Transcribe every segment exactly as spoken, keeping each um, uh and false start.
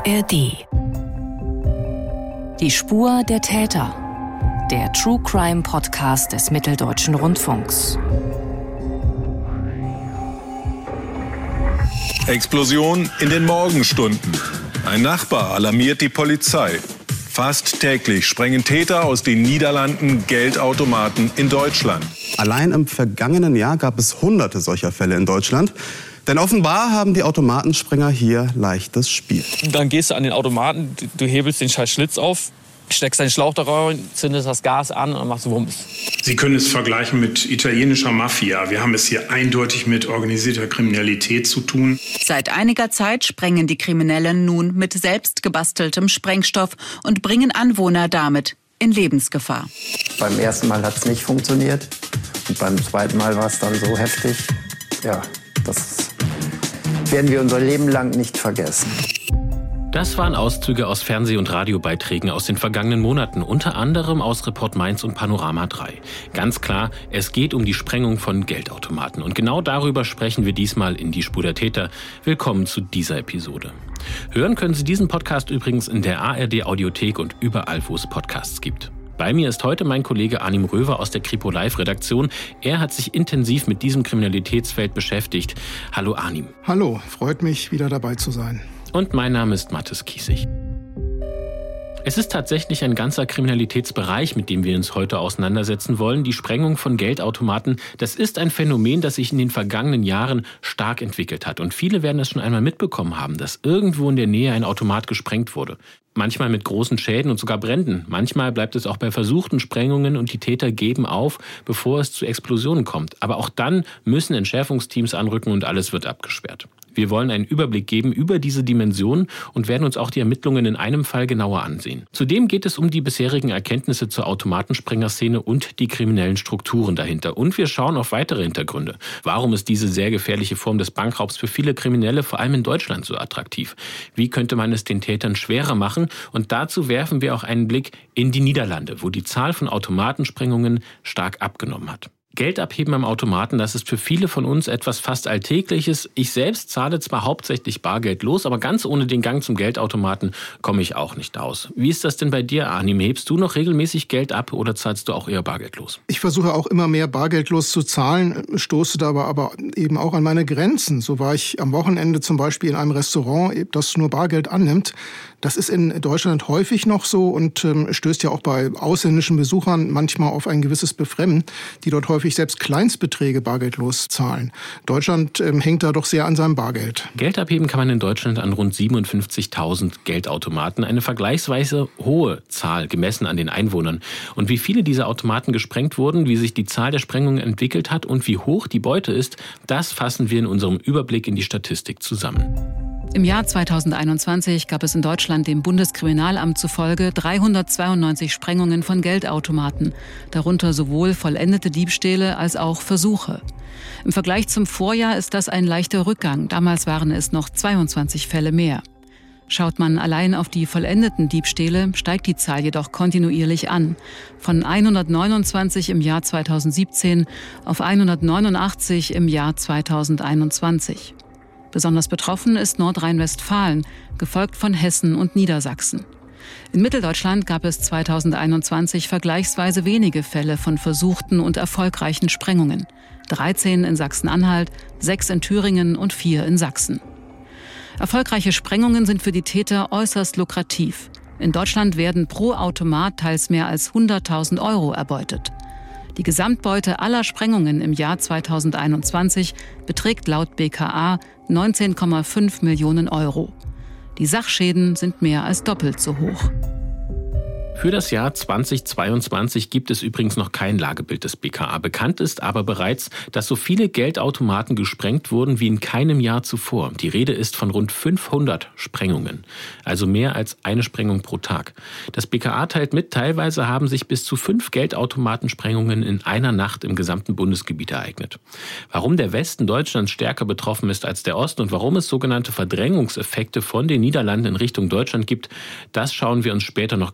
R D. Die Spur der Täter. Der True Crime Podcast des Mitteldeutschen Rundfunks. Explosion in den Morgenstunden. Ein Nachbar alarmiert die Polizei. Fast täglich sprengen Täter aus den Niederlanden Geldautomaten in Deutschland. Allein im vergangenen Jahr gab es hunderte solcher Fälle in Deutschland. Denn offenbar haben die Automatensprenger hier leichtes Spiel. Dann gehst du an den Automaten, du hebelst den scheiß Schlitz auf, steckst deinen Schlauch da rein, zündest das Gas an und dann machst du Wumms. Sie können es vergleichen mit italienischer Mafia. Wir haben es hier eindeutig mit organisierter Kriminalität zu tun. Seit einiger Zeit sprengen die Kriminellen nun mit selbst gebasteltem Sprengstoff und bringen Anwohner damit in Lebensgefahr. Beim ersten Mal hat es nicht funktioniert und beim zweiten Mal war es dann so heftig. Ja, das werden wir unser Leben lang nicht vergessen. Das waren Auszüge aus Fernseh- und Radiobeiträgen aus den vergangenen Monaten, unter anderem aus Report Mainz und Panorama drei. Ganz klar, es geht um die Sprengung von Geldautomaten. Und genau darüber sprechen wir diesmal in Die Spur der Täter. Willkommen zu dieser Episode. Hören können Sie diesen Podcast übrigens in der A R D-Audiothek und überall, wo es Podcasts gibt. Bei mir ist heute mein Kollege Arnim Röver aus der Kripo Live-Redaktion. Er hat sich intensiv mit diesem Kriminalitätsfeld beschäftigt. Hallo Arnim. Hallo, freut mich, wieder dabei zu sein. Und mein Name ist Mathis Kiesig. Es ist tatsächlich ein ganzer Kriminalitätsbereich, mit dem wir uns heute auseinandersetzen wollen. Die Sprengung von Geldautomaten, das ist ein Phänomen, das sich in den vergangenen Jahren stark entwickelt hat. Und viele werden es schon einmal mitbekommen haben, dass irgendwo in der Nähe ein Automat gesprengt wurde. Manchmal mit großen Schäden und sogar Bränden. Manchmal bleibt es auch bei versuchten Sprengungen und die Täter geben auf, bevor es zu Explosionen kommt. Aber auch dann müssen Entschärfungsteams anrücken und alles wird abgesperrt. Wir wollen einen Überblick geben über diese Dimension und werden uns auch die Ermittlungen in einem Fall genauer ansehen. Zudem geht es um die bisherigen Erkenntnisse zur Automatensprengerszene und die kriminellen Strukturen dahinter. Und wir schauen auf weitere Hintergründe. Warum ist diese sehr gefährliche Form des Bankraubs für viele Kriminelle, vor allem in Deutschland, so attraktiv? Wie könnte man es den Tätern schwerer machen? Und dazu werfen wir auch einen Blick in die Niederlande, wo die Zahl von Automatensprengungen stark abgenommen hat. Geld abheben am Automaten, das ist für viele von uns etwas fast Alltägliches. Ich selbst zahle zwar hauptsächlich bargeldlos, aber ganz ohne den Gang zum Geldautomaten komme ich auch nicht aus. Wie ist das denn bei dir, Arnim? Hebst du noch regelmäßig Geld ab oder zahlst du auch eher bargeldlos? Ich versuche auch immer mehr bargeldlos zu zahlen, stoße dabei aber eben auch an meine Grenzen. So war ich am Wochenende zum Beispiel in einem Restaurant, das nur Bargeld annimmt. Das ist in Deutschland häufig noch so und ähm, stößt ja auch bei ausländischen Besuchern manchmal auf ein gewisses Befremden, die dort häufig selbst Kleinstbeträge bargeldlos zahlen. Deutschland ähm, hängt da doch sehr an seinem Bargeld. Geld abheben kann man in Deutschland an rund siebenundfünfzigtausend Geldautomaten. Eine vergleichsweise hohe Zahl gemessen an den Einwohnern. Und wie viele dieser Automaten gesprengt wurden, wie sich die Zahl der Sprengungen entwickelt hat und wie hoch die Beute ist, das fassen wir in unserem Überblick in die Statistik zusammen. Im Jahr zweitausendeinundzwanzig gab es in Deutschland dem Bundeskriminalamt zufolge dreihundertzweiundneunzig Sprengungen von Geldautomaten, darunter sowohl vollendete Diebstähle als auch Versuche. Im Vergleich zum Vorjahr ist das ein leichter Rückgang. Damals waren es noch zweiundzwanzig Fälle mehr. Schaut man allein auf die vollendeten Diebstähle, steigt die Zahl jedoch kontinuierlich an. Von hundertneunundzwanzig im Jahr zweitausendsiebzehn auf hundertneunundachtzig im Jahr zweitausendeinundzwanzig. Besonders betroffen ist Nordrhein-Westfalen, gefolgt von Hessen und Niedersachsen. In Mitteldeutschland gab es zweitausendeinundzwanzig vergleichsweise wenige Fälle von versuchten und erfolgreichen Sprengungen. dreizehn in Sachsen-Anhalt, sechs in Thüringen und vier in Sachsen. Erfolgreiche Sprengungen sind für die Täter äußerst lukrativ. In Deutschland werden pro Automat teils mehr als hunderttausend Euro erbeutet. Die Gesamtbeute aller Sprengungen im Jahr zweitausendeinundzwanzig beträgt laut B K A neunzehn Komma fünf Millionen Euro. Die Sachschäden sind mehr als doppelt so hoch. Für das Jahr zweitausendzweiundzwanzig gibt es übrigens noch kein Lagebild des B K A. Bekannt ist aber bereits, dass so viele Geldautomaten gesprengt wurden wie in keinem Jahr zuvor. Die Rede ist von rund fünfhundert Sprengungen, also mehr als eine Sprengung pro Tag. Das B K A teilt mit, teilweise haben sich bis zu fünf Geldautomatensprengungen in einer Nacht im gesamten Bundesgebiet ereignet. Warum der Westen Deutschlands stärker betroffen ist als der Osten und warum es sogenannte Verdrängungseffekte von den Niederlanden in Richtung Deutschland gibt, das schauen wir uns später noch genauer an.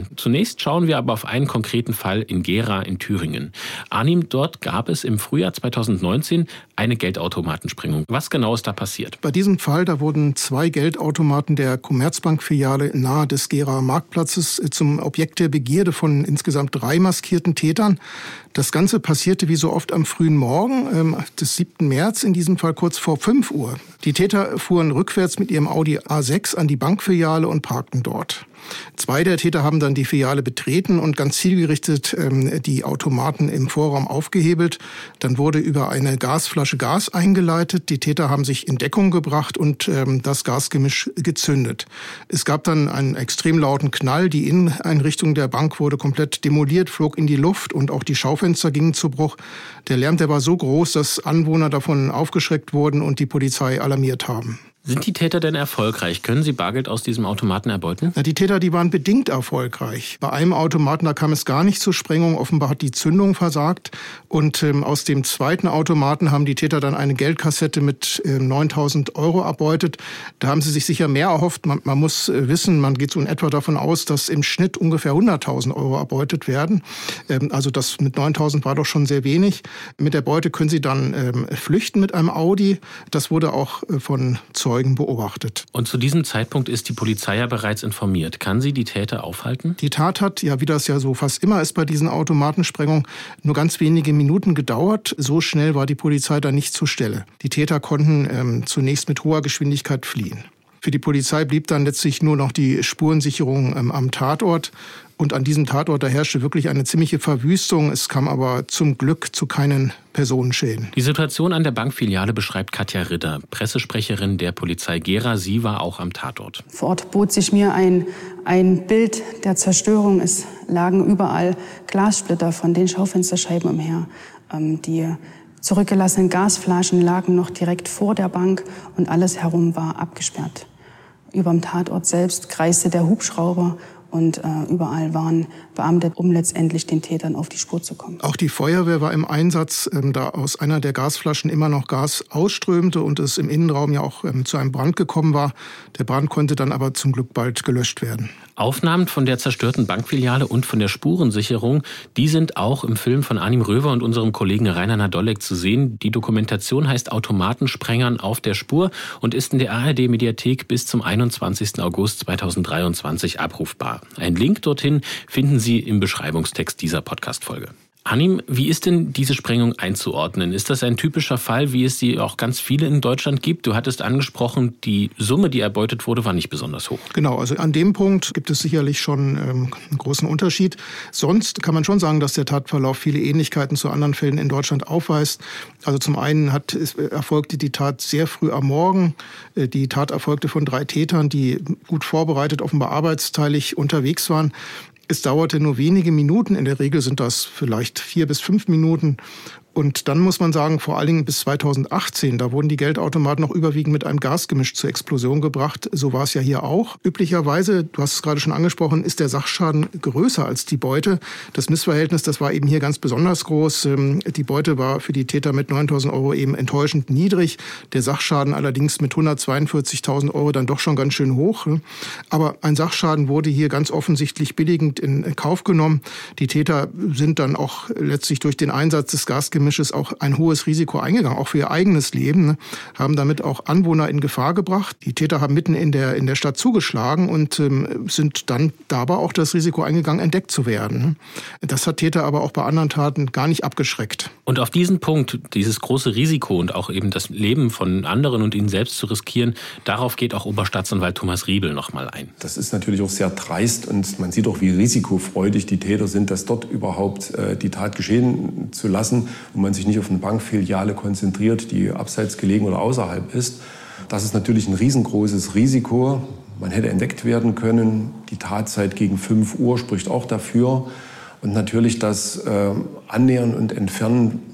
an. Zunächst schauen wir aber auf einen konkreten Fall in Gera in Thüringen. Arnim, dort gab es im Frühjahr zweitausendneunzehn eine Geldautomatensprengung. Was genau ist da passiert? Bei diesem Fall, da wurden zwei Geldautomaten der Commerzbank-Filiale nahe des Gera Marktplatzes zum Objekt der Begierde von insgesamt drei maskierten Tätern. Das Ganze passierte wie so oft am frühen Morgen ähm, des siebten März, in diesem Fall kurz vor fünf Uhr. Die Täter fuhren rückwärts mit ihrem Audi A sechs an die Bankfiliale und parkten dort. Zwei der Täter haben dann die Filiale betreten und ganz zielgerichtet ähm, die Automaten im Vorraum aufgehebelt. Dann wurde über eine Gasflasche Gas eingeleitet. Die Täter haben sich in Deckung gebracht und ähm, das Gasgemisch gezündet. Es gab dann einen extrem lauten Knall. Die Inneneinrichtung der Bank wurde komplett demoliert, flog in die Luft und auch die Schaufenster gingen zu Bruch. Der Lärm, der war so groß, dass Anwohner davon aufgeschreckt wurden und die Polizei alarmiert haben. Sind die Täter denn erfolgreich? Können sie Bargeld aus diesem Automaten erbeuten? Na, die Täter, die waren bedingt erfolgreich. Bei einem Automaten, da kam es gar nicht zur Sprengung. Offenbar hat die Zündung versagt. Und ähm, aus dem zweiten Automaten haben die Täter dann eine Geldkassette mit äh, neuntausend Euro erbeutet. Da haben sie sich sicher mehr erhofft. Man, man muss äh, wissen, man geht so in etwa davon aus, dass im Schnitt ungefähr hunderttausend Euro erbeutet werden. Ähm, also das mit neuntausend war doch schon sehr wenig. Mit der Beute können sie dann ähm, flüchten mit einem Audi. Das wurde auch äh, von Zeugen beobachtet. Und zu diesem Zeitpunkt ist die Polizei ja bereits informiert. Kann sie die Täter aufhalten? Die Tat hat, ja, wie das ja so fast immer ist bei diesen Automatensprengungen, nur ganz wenige Minuten gedauert. So schnell war die Polizei da nicht zur Stelle. Die Täter konnten ähm, zunächst mit hoher Geschwindigkeit fliehen. Für die Polizei blieb dann letztlich nur noch die Spurensicherung ähm, am Tatort. Und an diesem Tatort, da herrschte wirklich eine ziemliche Verwüstung. Es kam aber zum Glück zu keinen Personenschäden. Die Situation an der Bankfiliale beschreibt Katja Ritter, Pressesprecherin der Polizei Gera. Sie war auch am Tatort. Vor Ort bot sich mir ein, ein Bild der Zerstörung. Es lagen überall Glassplitter von den Schaufensterscheiben umher. Ähm, die zurückgelassenen Gasflaschen lagen noch direkt vor der Bank und alles herum war abgesperrt. Überm Tatort selbst kreiste der Hubschrauber. Und äh, überall waren Beamte, um letztendlich den Tätern auf die Spur zu kommen. Auch die Feuerwehr war im Einsatz, ähm, da aus einer der Gasflaschen immer noch Gas ausströmte und es im Innenraum ja auch ähm, zu einem Brand gekommen war. Der Brand konnte dann aber zum Glück bald gelöscht werden. Aufnahmen von der zerstörten Bankfiliale und von der Spurensicherung, die sind auch im Film von Arnim Röver und unserem Kollegen Rainer Nadolek zu sehen. Die Dokumentation heißt Automatensprengern auf der Spur und ist in der A R D-Mediathek bis zum einundzwanzigsten August zweitausenddreiundzwanzig abrufbar. Ein Link dorthin finden Sie im Beschreibungstext dieser Podcast-Folge. Arnim, wie ist denn diese Sprengung einzuordnen? Ist das ein typischer Fall, wie es sie auch ganz viele in Deutschland gibt? Du hattest angesprochen, die Summe, die erbeutet wurde, war nicht besonders hoch. Genau, also an dem Punkt gibt es sicherlich schon ähm, einen großen Unterschied. Sonst kann man schon sagen, dass der Tatverlauf viele Ähnlichkeiten zu anderen Fällen in Deutschland aufweist. Also zum einen hat, es, erfolgte die Tat sehr früh am Morgen. Die Tat erfolgte von drei Tätern, die gut vorbereitet, offenbar arbeitsteilig unterwegs waren. Es dauerte nur wenige Minuten, in der Regel sind das vielleicht vier bis fünf Minuten. Und dann muss man sagen, vor allen Dingen bis zweitausendachtzehn, da wurden die Geldautomaten noch überwiegend mit einem Gasgemisch zur Explosion gebracht. So war es ja hier auch. Üblicherweise, du hast es gerade schon angesprochen, ist der Sachschaden größer als die Beute. Das Missverhältnis, das war eben hier ganz besonders groß. Die Beute war für die Täter mit neuntausend Euro eben enttäuschend niedrig. Der Sachschaden allerdings mit hundertzweiundvierzigtausend Euro dann doch schon ganz schön hoch. Aber ein Sachschaden wurde hier ganz offensichtlich billigend in Kauf genommen. Die Täter sind dann auch letztlich durch den Einsatz des Gasgemisches auch ein hohes Risiko eingegangen, auch für ihr eigenes Leben, ne, haben damit auch Anwohner in Gefahr gebracht. Die Täter haben mitten in der, in der Stadt zugeschlagen und ähm, sind dann dabei auch das Risiko eingegangen, entdeckt zu werden. Das hat Täter aber auch bei anderen Taten gar nicht abgeschreckt. Und auf diesen Punkt, dieses große Risiko und auch eben das Leben von anderen und ihnen selbst zu riskieren, darauf geht auch Oberstaatsanwalt Thomas Riebel noch mal ein. Das ist natürlich auch sehr dreist und man sieht auch, wie risikofreudig die Täter sind, das dort überhaupt äh, die Tat geschehen zu lassen, und man sich nicht auf eine Bankfiliale konzentriert, die abseits gelegen oder außerhalb ist. Das ist natürlich ein riesengroßes Risiko. Man hätte entdeckt werden können. Die Tatzeit gegen fünf Uhr spricht auch dafür. Und natürlich das äh, Annähern und Entfernen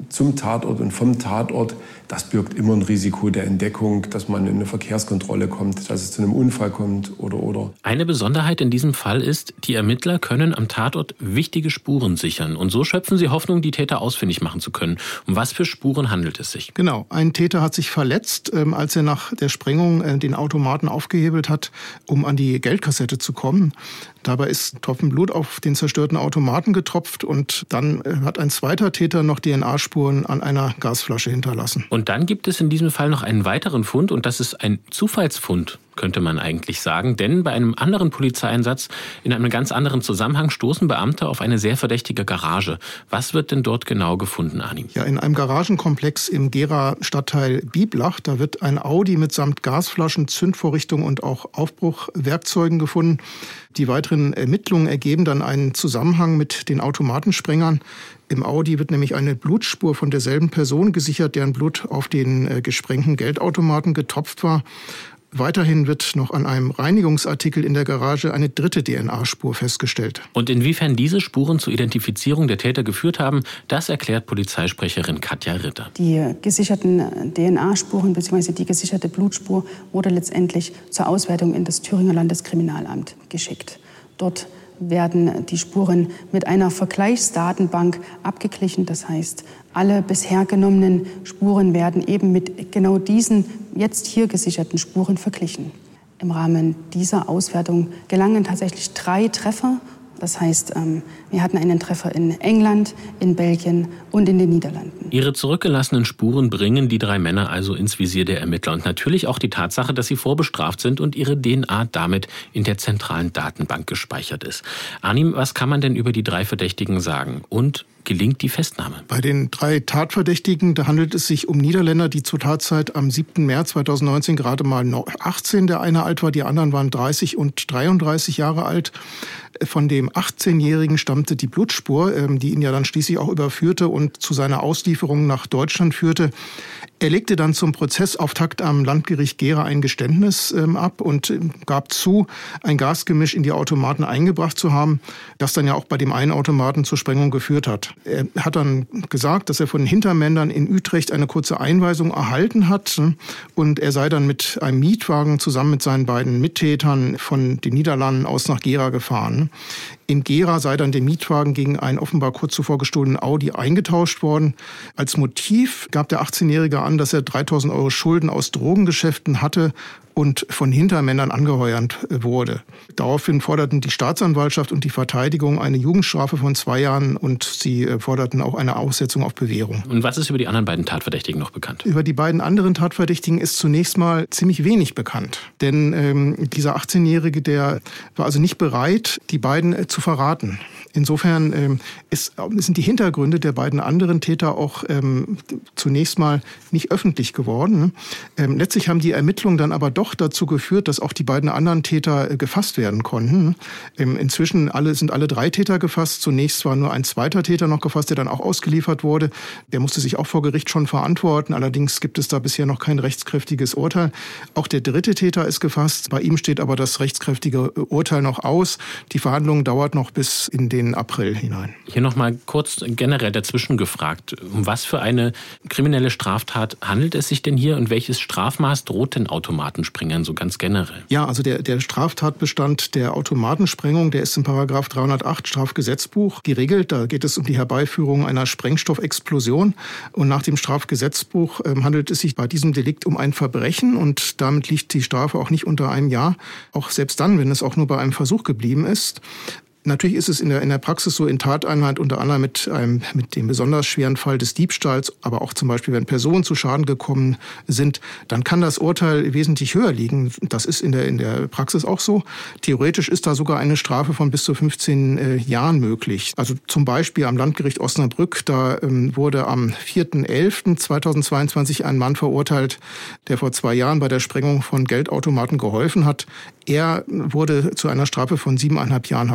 zum Tatort und vom Tatort, das birgt immer ein Risiko der Entdeckung, dass man in eine Verkehrskontrolle kommt, dass es zu einem Unfall kommt oder oder. Eine Besonderheit in diesem Fall ist, die Ermittler können am Tatort wichtige Spuren sichern. Und so schöpfen sie Hoffnung, die Täter ausfindig machen zu können. Um was für Spuren handelt es sich? Genau, ein Täter hat sich verletzt, ähm, als er nach der Sprengung äh, den Automaten aufgehebelt hat, um an die Geldkassette zu kommen. Dabei ist ein Tropfen Blut auf den zerstörten Automaten getropft und dann äh, hat ein zweiter Täter noch D N A-Spuren an einer Gasflasche hinterlassen. Und dann gibt es in diesem Fall noch einen weiteren Fund und das ist ein Zufallsfund, könnte man eigentlich sagen. Denn bei einem anderen Polizeieinsatz in einem ganz anderen Zusammenhang stoßen Beamte auf eine sehr verdächtige Garage. Was wird denn dort genau gefunden, Arnim? Ja, in einem Garagenkomplex im Gera Stadtteil Bieblach, da wird ein Audi mitsamt Gasflaschen, Zündvorrichtung und auch Aufbruchwerkzeugen gefunden. Die weiteren Ermittlungen ergeben dann einen Zusammenhang mit den Automatensprengern. Im Audi wird nämlich eine Blutspur von derselben Person gesichert, deren Blut auf den äh, gesprengten Geldautomaten getropft war. Weiterhin wird noch an einem Reinigungsartikel in der Garage eine dritte D N A-Spur festgestellt. Und inwiefern diese Spuren zur Identifizierung der Täter geführt haben, das erklärt Polizeisprecherin Katja Ritter. Die gesicherten D N A-Spuren bzw. die gesicherte Blutspur wurde letztendlich zur Auswertung in das Thüringer Landeskriminalamt geschickt. Dort werden die Spuren mit einer Vergleichsdatenbank abgeglichen. Das heißt, alle bisher genommenen Spuren werden eben mit genau diesen jetzt hier gesicherten Spuren verglichen. Im Rahmen dieser Auswertung gelangen tatsächlich drei Treffer. Das heißt, wir hatten einen Treffer in England, in Belgien und in den Niederlanden. Ihre zurückgelassenen Spuren bringen die drei Männer also ins Visier der Ermittler. Und natürlich auch die Tatsache, dass sie vorbestraft sind und ihre D N A damit in der zentralen Datenbank gespeichert ist. Arnim, was kann man denn über die drei Verdächtigen sagen? Und gelingt die Festnahme? Bei den drei Tatverdächtigen, da handelt es sich um Niederländer, die zur Tatzeit am siebten März zweitausendneunzehn gerade mal achtzehn der eine alt war, die anderen waren dreißig und dreiunddreißig Jahre alt. Von dem achtzehnjährigen stammte die Blutspur, die ihn ja dann schließlich auch überführte und zu seiner Auslieferung nach Deutschland führte. Er legte dann zum Prozessauftakt am Landgericht Gera ein Geständnis ähm, ab und äh, gab zu, ein Gasgemisch in die Automaten eingebracht zu haben, das dann ja auch bei dem einen Automaten zur Sprengung geführt hat. Er hat dann gesagt, dass er von den Hintermännern in Utrecht eine kurze Einweisung erhalten hat und er sei dann mit einem Mietwagen zusammen mit seinen beiden Mittätern von den Niederlanden aus nach Gera gefahren. In Gera sei dann der Mietwagen gegen einen offenbar kurz zuvor gestohlenen Audi eingetauscht worden. Als Motiv gab der achtzehnjährige an, dass er dreitausend Euro Schulden aus Drogengeschäften hatte und von Hintermännern angeheuert wurde. Daraufhin forderten die Staatsanwaltschaft und die Verteidigung eine Jugendstrafe von zwei Jahren und sie forderten auch eine Aussetzung auf Bewährung. Und was ist über die anderen beiden Tatverdächtigen noch bekannt? Über die beiden anderen Tatverdächtigen ist zunächst mal ziemlich wenig bekannt. Denn ähm, dieser achtzehnjährige, der war also nicht bereit, die beiden äh, zu verraten. Insofern ähm, ist, sind die Hintergründe der beiden anderen Täter auch ähm, zunächst mal nicht öffentlich geworden. Ähm, letztlich haben die Ermittlungen dann aber doch dazu geführt, dass auch die beiden anderen Täter äh, gefasst werden konnten. Ähm, inzwischen alle, sind alle drei Täter gefasst. Zunächst war nur ein zweiter Täter noch gefasst, der dann auch ausgeliefert wurde. Der musste sich auch vor Gericht schon verantworten. Allerdings gibt es da bisher noch kein rechtskräftiges Urteil. Auch der dritte Täter ist gefasst. Bei ihm steht aber das rechtskräftige Urteil noch aus. Die Verhandlung dauert noch bis in den April hinein. Hier noch mal kurz generell dazwischen gefragt. Um was für eine kriminelle Straftat handelt es sich denn hier und welches Strafmaß droht den Automatensprengern so ganz generell? Ja, also der, der Straftatbestand der Automatensprengung, der ist in Paragraph dreihundertacht Strafgesetzbuch geregelt. Da geht es um die Herbeiführung einer Sprengstoffexplosion. Und nach dem Strafgesetzbuch äh, handelt es sich bei diesem Delikt um ein Verbrechen und damit liegt die Strafe auch nicht unter einem Jahr. Auch selbst dann, wenn es auch nur bei einem Versuch geblieben ist. Natürlich ist es in der, in der Praxis so in Tateinheit unter anderem mit, einem, mit dem besonders schweren Fall des Diebstahls, aber auch zum Beispiel, wenn Personen zu Schaden gekommen sind, dann kann das Urteil wesentlich höher liegen. Das ist in der, in der Praxis auch so. Theoretisch ist da sogar eine Strafe von bis zu fünfzehn äh, Jahren möglich. Also zum Beispiel am Landgericht Osnabrück, da ähm, wurde am vierten elften zweitausendzweiundzwanzig ein Mann verurteilt, der vor zwei Jahren bei der Sprengung von Geldautomaten geholfen hat. Er wurde zu einer Strafe von siebeneinhalb Jahren Haft verurteilt.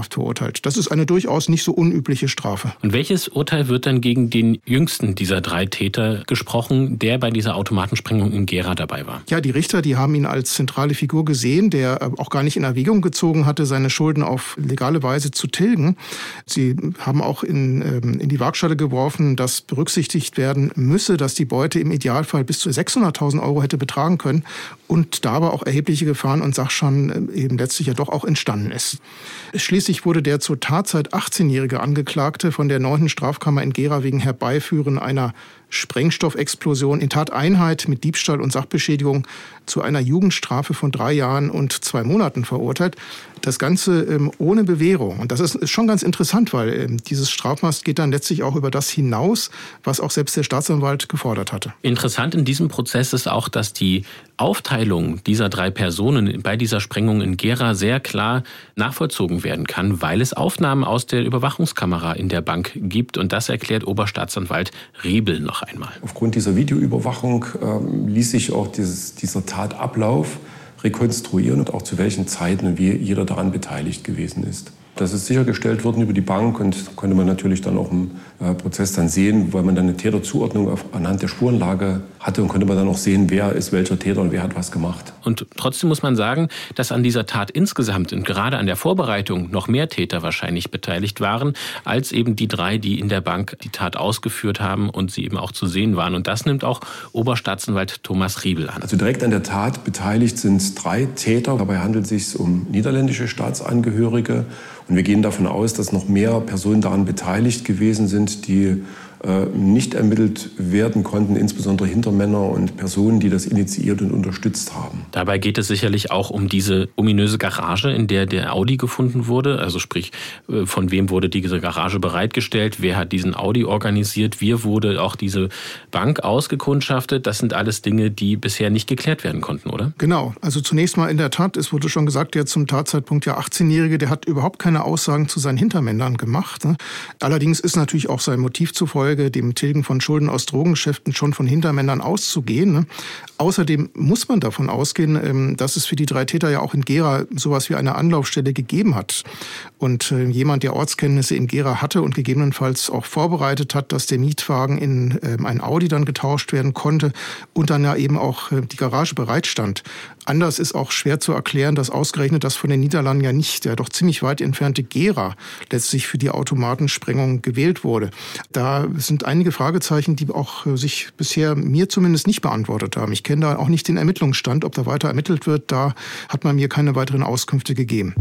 verurteilt. Das ist eine durchaus nicht so unübliche Strafe. Und welches Urteil wird dann gegen den jüngsten dieser drei Täter gesprochen, der bei dieser Automatensprengung in Gera dabei war? Ja, die Richter, die haben ihn als zentrale Figur gesehen, der auch gar nicht in Erwägung gezogen hatte, seine Schulden auf legale Weise zu tilgen. Sie haben auch in, in die Waagschale geworfen, dass berücksichtigt werden müsse, dass die Beute im Idealfall bis zu sechshunderttausend Euro hätte betragen können und dabei auch erhebliche Gefahren und Sachschaden eben letztlich ja doch auch entstanden ist. Schließlich wurde der zur Tatzeit achtzehnjährige Angeklagte von der neunten Strafkammer in Gera wegen Herbeiführen einer Sprengstoffexplosion in Tateinheit mit Diebstahl und Sachbeschädigung zu einer Jugendstrafe von drei Jahren und zwei Monaten verurteilt. Das Ganze ähm, ohne Bewährung. Und das ist, ist schon ganz interessant, weil ähm, dieses Strafmaß geht dann letztlich auch über das hinaus, was auch selbst der Staatsanwalt gefordert hatte. Interessant in diesem Prozess ist auch, dass die Aufteilung dieser drei Personen bei dieser Sprengung in Gera sehr klar nachvollzogen werden kann, weil es Aufnahmen aus der Überwachungskamera in der Bank gibt. Und das erklärt Oberstaatsanwalt Riebel noch einmal. Aufgrund dieser Videoüberwachung ähm, ließ sich auch dieses, dieser Tatablauf rekonstruieren und auch zu welchen Zeiten und wie jeder daran beteiligt gewesen ist. Das ist sichergestellt worden über die Bank und konnte man natürlich dann auch im äh, Prozess dann sehen, weil man dann eine Täterzuordnung auf, anhand der Spurenlage hatte und konnte man dann auch sehen, wer ist welcher Täter und wer hat was gemacht. Und trotzdem muss man sagen, dass an dieser Tat insgesamt und gerade an der Vorbereitung noch mehr Täter wahrscheinlich beteiligt waren, als eben die drei, die in der Bank die Tat ausgeführt haben und sie eben auch zu sehen waren. Und das nimmt auch Oberstaatsanwalt Thomas Riebel an. Also direkt an der Tat beteiligt sind drei Täter. Dabei handelt es sich um niederländische Staatsangehörige. Und wir gehen davon aus, dass noch mehr Personen daran beteiligt gewesen sind, die äh, nicht ermittelt werden konnten, insbesondere Hintermänner und Personen, die das initiiert und unterstützt haben. Dabei geht es sicherlich auch um diese ominöse Garage, in der der Audi gefunden wurde. Also sprich, von wem wurde diese Garage bereitgestellt, wer hat diesen Audi organisiert, wie wurde auch diese Bank ausgekundschaftet. Das sind alles Dinge, die bisher nicht geklärt werden konnten, oder? Genau. Also zunächst mal in der Tat, es wurde schon gesagt, der zum Tatzeitpunkt ja achtzehnjährige, der hat überhaupt keine Aussagen zu seinen Hintermännern gemacht. Allerdings ist natürlich auch sein Motiv zufolge, dem Tilgen von Schulden aus Drogengeschäften, schon von Hintermännern auszugehen. Außerdem muss man davon ausgehen, dass es für die drei Täter ja auch in Gera sowas wie eine Anlaufstelle gegeben hat. Und jemand, der Ortskenntnisse in Gera hatte und gegebenenfalls auch vorbereitet hat, dass der Mietwagen in ein Audi dann getauscht werden konnte und dann ja eben auch die Garage bereitstand. Anders ist auch schwer zu erklären, dass ausgerechnet das von den Niederlanden ja nicht, der doch ziemlich weit entfernte Gera letztlich für die Automatensprengung gewählt wurde. Da sind einige Fragezeichen, die auch sich bisher mir zumindest nicht beantwortet haben. Ich kenne da auch nicht den Ermittlungsstand, ob da weiter ermittelt wird. Da hat man mir keine weiteren Auskünfte gegeben.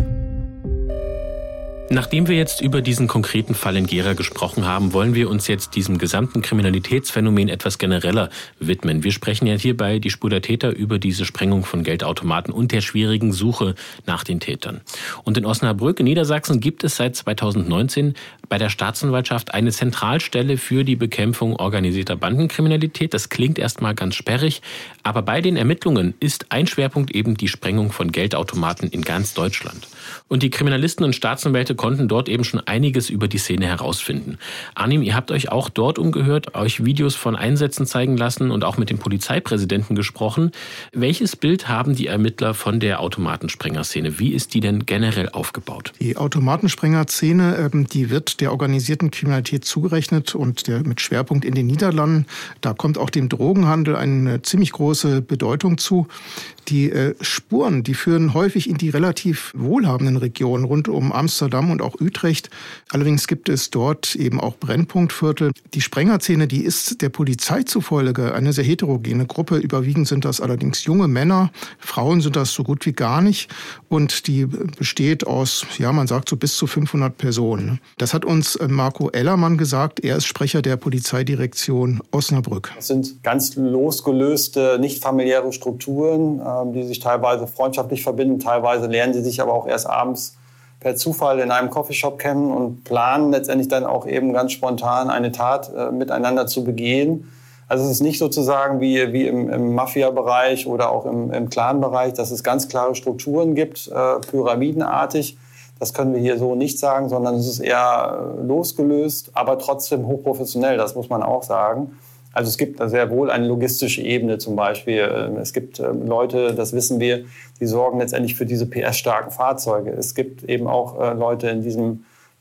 Nachdem wir jetzt über diesen konkreten Fall in Gera gesprochen haben, wollen wir uns jetzt diesem gesamten Kriminalitätsphänomen etwas genereller widmen. Wir sprechen ja hierbei die Spur der Täter über diese Sprengung von Geldautomaten und der schwierigen Suche nach den Tätern. Und in Osnabrück in Niedersachsen gibt es seit zweitausendneunzehn bei der Staatsanwaltschaft eine Zentralstelle für die Bekämpfung organisierter Bandenkriminalität. Das klingt erstmal ganz sperrig, aber bei den Ermittlungen ist ein Schwerpunkt eben die Sprengung von Geldautomaten in ganz Deutschland. Und die Kriminalisten und Staatsanwälte konnten dort eben schon einiges über die Szene herausfinden. Arnim, ihr habt euch auch dort umgehört, euch Videos von Einsätzen zeigen lassen und auch mit dem Polizeipräsidenten gesprochen. Welches Bild haben die Ermittler von der Automatensprengerszene? Wie ist die denn generell aufgebaut? Die Automatensprengerszene, die wird der organisierten Kriminalität zugerechnet und der mit Schwerpunkt in den Niederlanden. Da kommt auch dem Drogenhandel eine ziemlich große Bedeutung zu. Die äh, Spuren, die führen häufig in die relativ wohlhabenden Regionen rund um Amsterdam und auch Utrecht. Allerdings gibt es dort eben auch Brennpunktviertel. Die Sprengerszene, die ist der Polizei zufolge eine sehr heterogene Gruppe. Überwiegend sind das allerdings junge Männer. Frauen sind das so gut wie gar nicht. Und die besteht aus, ja, man sagt so bis zu fünfhundert Personen. Das hat uns Marco Ellermann gesagt. Er ist Sprecher der Polizeidirektion Osnabrück. Das sind ganz losgelöste, nicht familiäre Strukturen, die sich teilweise freundschaftlich verbinden. Teilweise lernen sie sich aber auch erst abends per Zufall in einem Coffeeshop kennen und planen letztendlich dann auch eben ganz spontan eine Tat äh, miteinander zu begehen. Also es ist nicht sozusagen wie, wie im, im Mafia-Bereich oder auch im, im Clan-Bereich, dass es ganz klare Strukturen gibt, äh, pyramidenartig. Das können wir hier so nicht sagen, sondern es ist eher losgelöst, aber trotzdem hochprofessionell, das muss man auch sagen. Also es gibt sehr wohl eine logistische Ebene zum Beispiel. Es gibt Leute, das wissen wir, die sorgen letztendlich für diese P S-starken Fahrzeuge. Es gibt eben auch Leute in diesem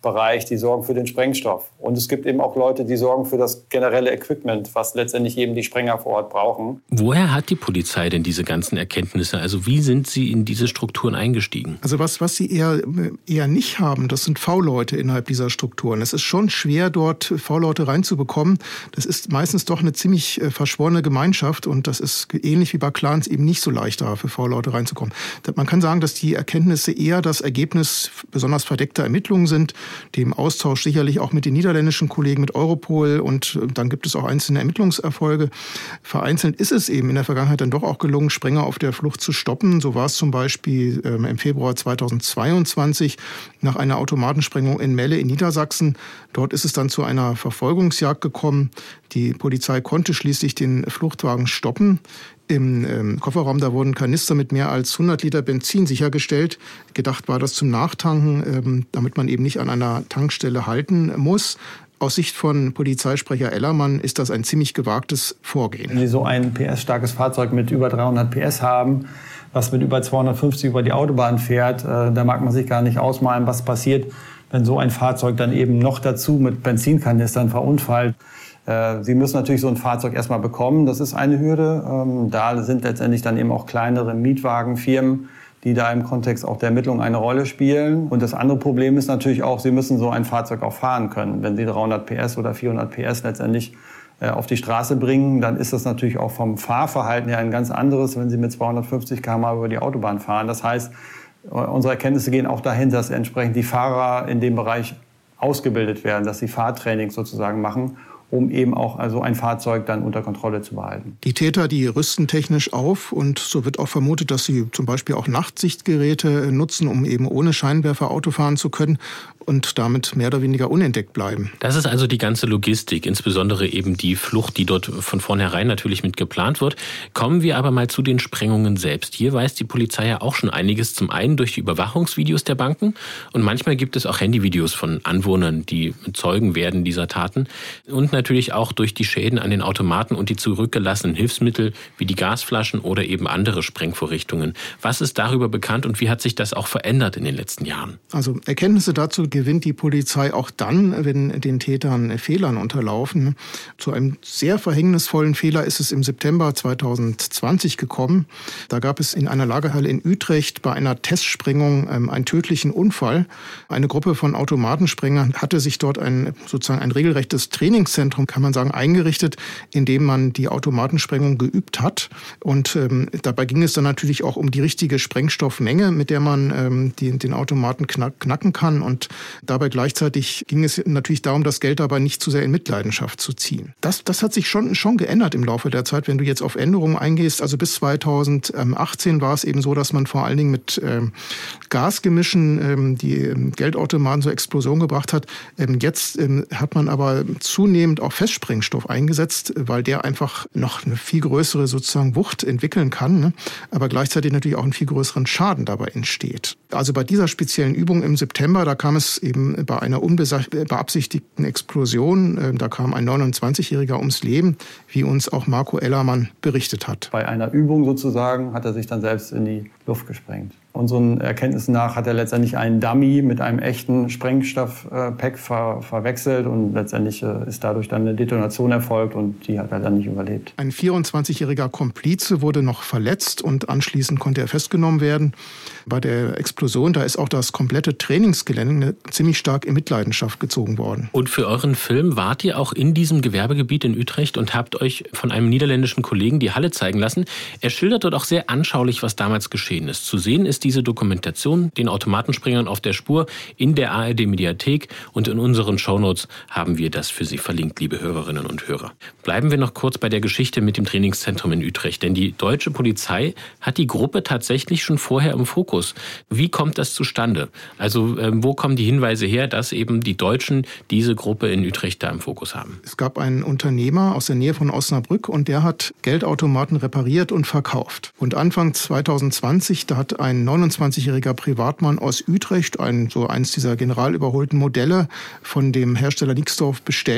Bereich, die sorgen für den Sprengstoff. Und es gibt eben auch Leute, die sorgen für das generelle Equipment, was letztendlich eben die Sprenger vor Ort brauchen. Woher hat die Polizei denn diese ganzen Erkenntnisse? Also wie sind sie in diese Strukturen eingestiegen? Also was, was sie eher, eher nicht haben, das sind V-Leute innerhalb dieser Strukturen. Es ist schon schwer, dort V-Leute reinzubekommen. Das ist meistens doch eine ziemlich verschworene Gemeinschaft und das ist ähnlich wie bei Clans eben nicht so leicht, da für V-Leute reinzukommen. Man kann sagen, dass die Erkenntnisse eher das Ergebnis besonders verdeckter Ermittlungen sind, dem Austausch sicherlich auch mit den niederländischen Kollegen, mit Europol und dann gibt es auch einzelne Ermittlungserfolge. Vereinzelt ist es eben in der Vergangenheit dann doch auch gelungen, Sprenger auf der Flucht zu stoppen. So war es zum Beispiel ähm, im Februar zweitausendzweiundzwanzig nach einer Automatensprengung in Melle in Niedersachsen. Dort ist es dann zu einer Verfolgungsjagd gekommen. Die Polizei konnte schließlich den Fluchtwagen stoppen. Im ähm, Kofferraum, da wurden Kanister mit mehr als hundert Liter Benzin sichergestellt. Gedacht war das zum Nachtanken, ähm, damit man eben nicht an einer Tankstelle halten muss. Aus Sicht von Polizeisprecher Ellermann ist das ein ziemlich gewagtes Vorgehen. Wenn Sie so ein P S-starkes Fahrzeug mit über dreihundert P S haben, was mit über zweihundertfünfzig über die Autobahn fährt, äh, da mag man sich gar nicht ausmalen, was passiert, wenn so ein Fahrzeug dann eben noch dazu mit Benzinkanistern verunfallt. Sie müssen natürlich so ein Fahrzeug erstmal bekommen, das ist eine Hürde. Da sind letztendlich dann eben auch kleinere Mietwagenfirmen, die da im Kontext auch der Ermittlung eine Rolle spielen. Und das andere Problem ist natürlich auch, Sie müssen so ein Fahrzeug auch fahren können. Wenn Sie dreihundert P S oder vierhundert P S letztendlich auf die Straße bringen, dann ist das natürlich auch vom Fahrverhalten her ein ganz anderes, wenn Sie mit zweihundertfünfzig Kilometer pro Stunde über die Autobahn fahren. Das heißt, unsere Erkenntnisse gehen auch dahin, dass entsprechend die Fahrer in dem Bereich ausgebildet werden, dass sie Fahrtraining sozusagen machen, um eben auch also ein Fahrzeug dann unter Kontrolle zu behalten. Die Täter, die rüsten technisch auf und so wird auch vermutet, dass sie zum Beispiel auch Nachtsichtgeräte nutzen, um eben ohne Scheinwerfer Auto fahren zu können und damit mehr oder weniger unentdeckt bleiben. Das ist also die ganze Logistik, insbesondere eben die Flucht, die dort von vornherein natürlich mit geplant wird. Kommen wir aber mal zu den Sprengungen selbst. Hier weiß die Polizei ja auch schon einiges, zum einen durch die Überwachungsvideos der Banken und manchmal gibt es auch Handyvideos von Anwohnern, die Zeugen werden dieser Taten und natürlich auch durch die Schäden an den Automaten und die zurückgelassenen Hilfsmittel wie die Gasflaschen oder eben andere Sprengvorrichtungen. Was ist darüber bekannt und wie hat sich das auch verändert in den letzten Jahren? Also Erkenntnisse dazu gewinnt die Polizei auch dann, wenn den Tätern Fehlern unterlaufen. Zu einem sehr verhängnisvollen Fehler ist es im September zweitausendzwanzig gekommen. Da gab es in einer Lagerhalle in Utrecht bei einer Testsprengung einen tödlichen Unfall. Eine Gruppe von Automatensprengern hatte sich dort ein sozusagen ein regelrechtes Trainingszentrum, kann man sagen, eingerichtet, in dem man die Automatensprengung geübt hat. Und ähm, dabei ging es dann natürlich auch um die richtige Sprengstoffmenge, mit der man ähm, die, den Automaten knack, knacken kann. Und dabei gleichzeitig ging es natürlich darum, das Geld dabei nicht zu sehr in Mitleidenschaft zu ziehen. Das, das hat sich schon, schon geändert im Laufe der Zeit, wenn du jetzt auf Änderungen eingehst. Also bis zweitausendachtzehn war es eben so, dass man vor allen Dingen mit ähm, Gasgemischen ähm, die ähm, Geldautomaten zur Explosion gebracht hat. Ähm, jetzt ähm, hat man aber zunehmend auch Festsprengstoff eingesetzt, weil der einfach noch eine viel größere sozusagen Wucht entwickeln kann, ne? Aber gleichzeitig natürlich auch einen viel größeren Schaden dabei entsteht. Also bei dieser speziellen Übung im September, da kam es eben bei einer unbeabsichtigten Explosion, da kam ein neunundzwanzigjähriger ums Leben, wie uns auch Marco Ellermann berichtet hat. Bei einer Übung sozusagen hat er sich dann selbst in die Luft gesprengt. Unseren Erkenntnissen nach hat er letztendlich einen Dummy mit einem echten Sprengstoff-Pack ver- verwechselt und letztendlich ist dadurch dann eine Detonation erfolgt und die hat er dann nicht überlebt. Ein vierundzwanzigjähriger Komplize wurde noch verletzt und anschließend konnte er festgenommen werden. Bei der Explosion, da ist auch das komplette Trainingsgelände ziemlich stark in Mitleidenschaft gezogen worden. Und für euren Film wart ihr auch in diesem Gewerbegebiet in Utrecht und habt euch von einem niederländischen Kollegen die Halle zeigen lassen. Er schildert dort auch sehr anschaulich, was damals geschehen ist. Zu sehen ist diese Dokumentation, den Automatensprengern auf der Spur, in der A R D-Mediathek und in unseren Shownotes haben wir das für Sie verlinkt, liebe Hörerinnen und Hörer. Bleiben wir noch kurz bei der Geschichte mit dem Trainingszentrum in Utrecht, denn die deutsche Polizei hat die Gruppe tatsächlich schon vorher im Fokus. Wie kommt das zustande? Also äh, wo kommen die Hinweise her, dass eben die Deutschen diese Gruppe in Utrecht da im Fokus haben? Es gab einen Unternehmer aus der Nähe von Osnabrück und der hat Geldautomaten repariert und verkauft. Und Anfang zweitausendzwanzig, da hat ein neunundzwanzigjähriger Privatmann aus Utrecht, ein, so eins dieser general überholten Modelle von dem Hersteller Nixdorf bestellt.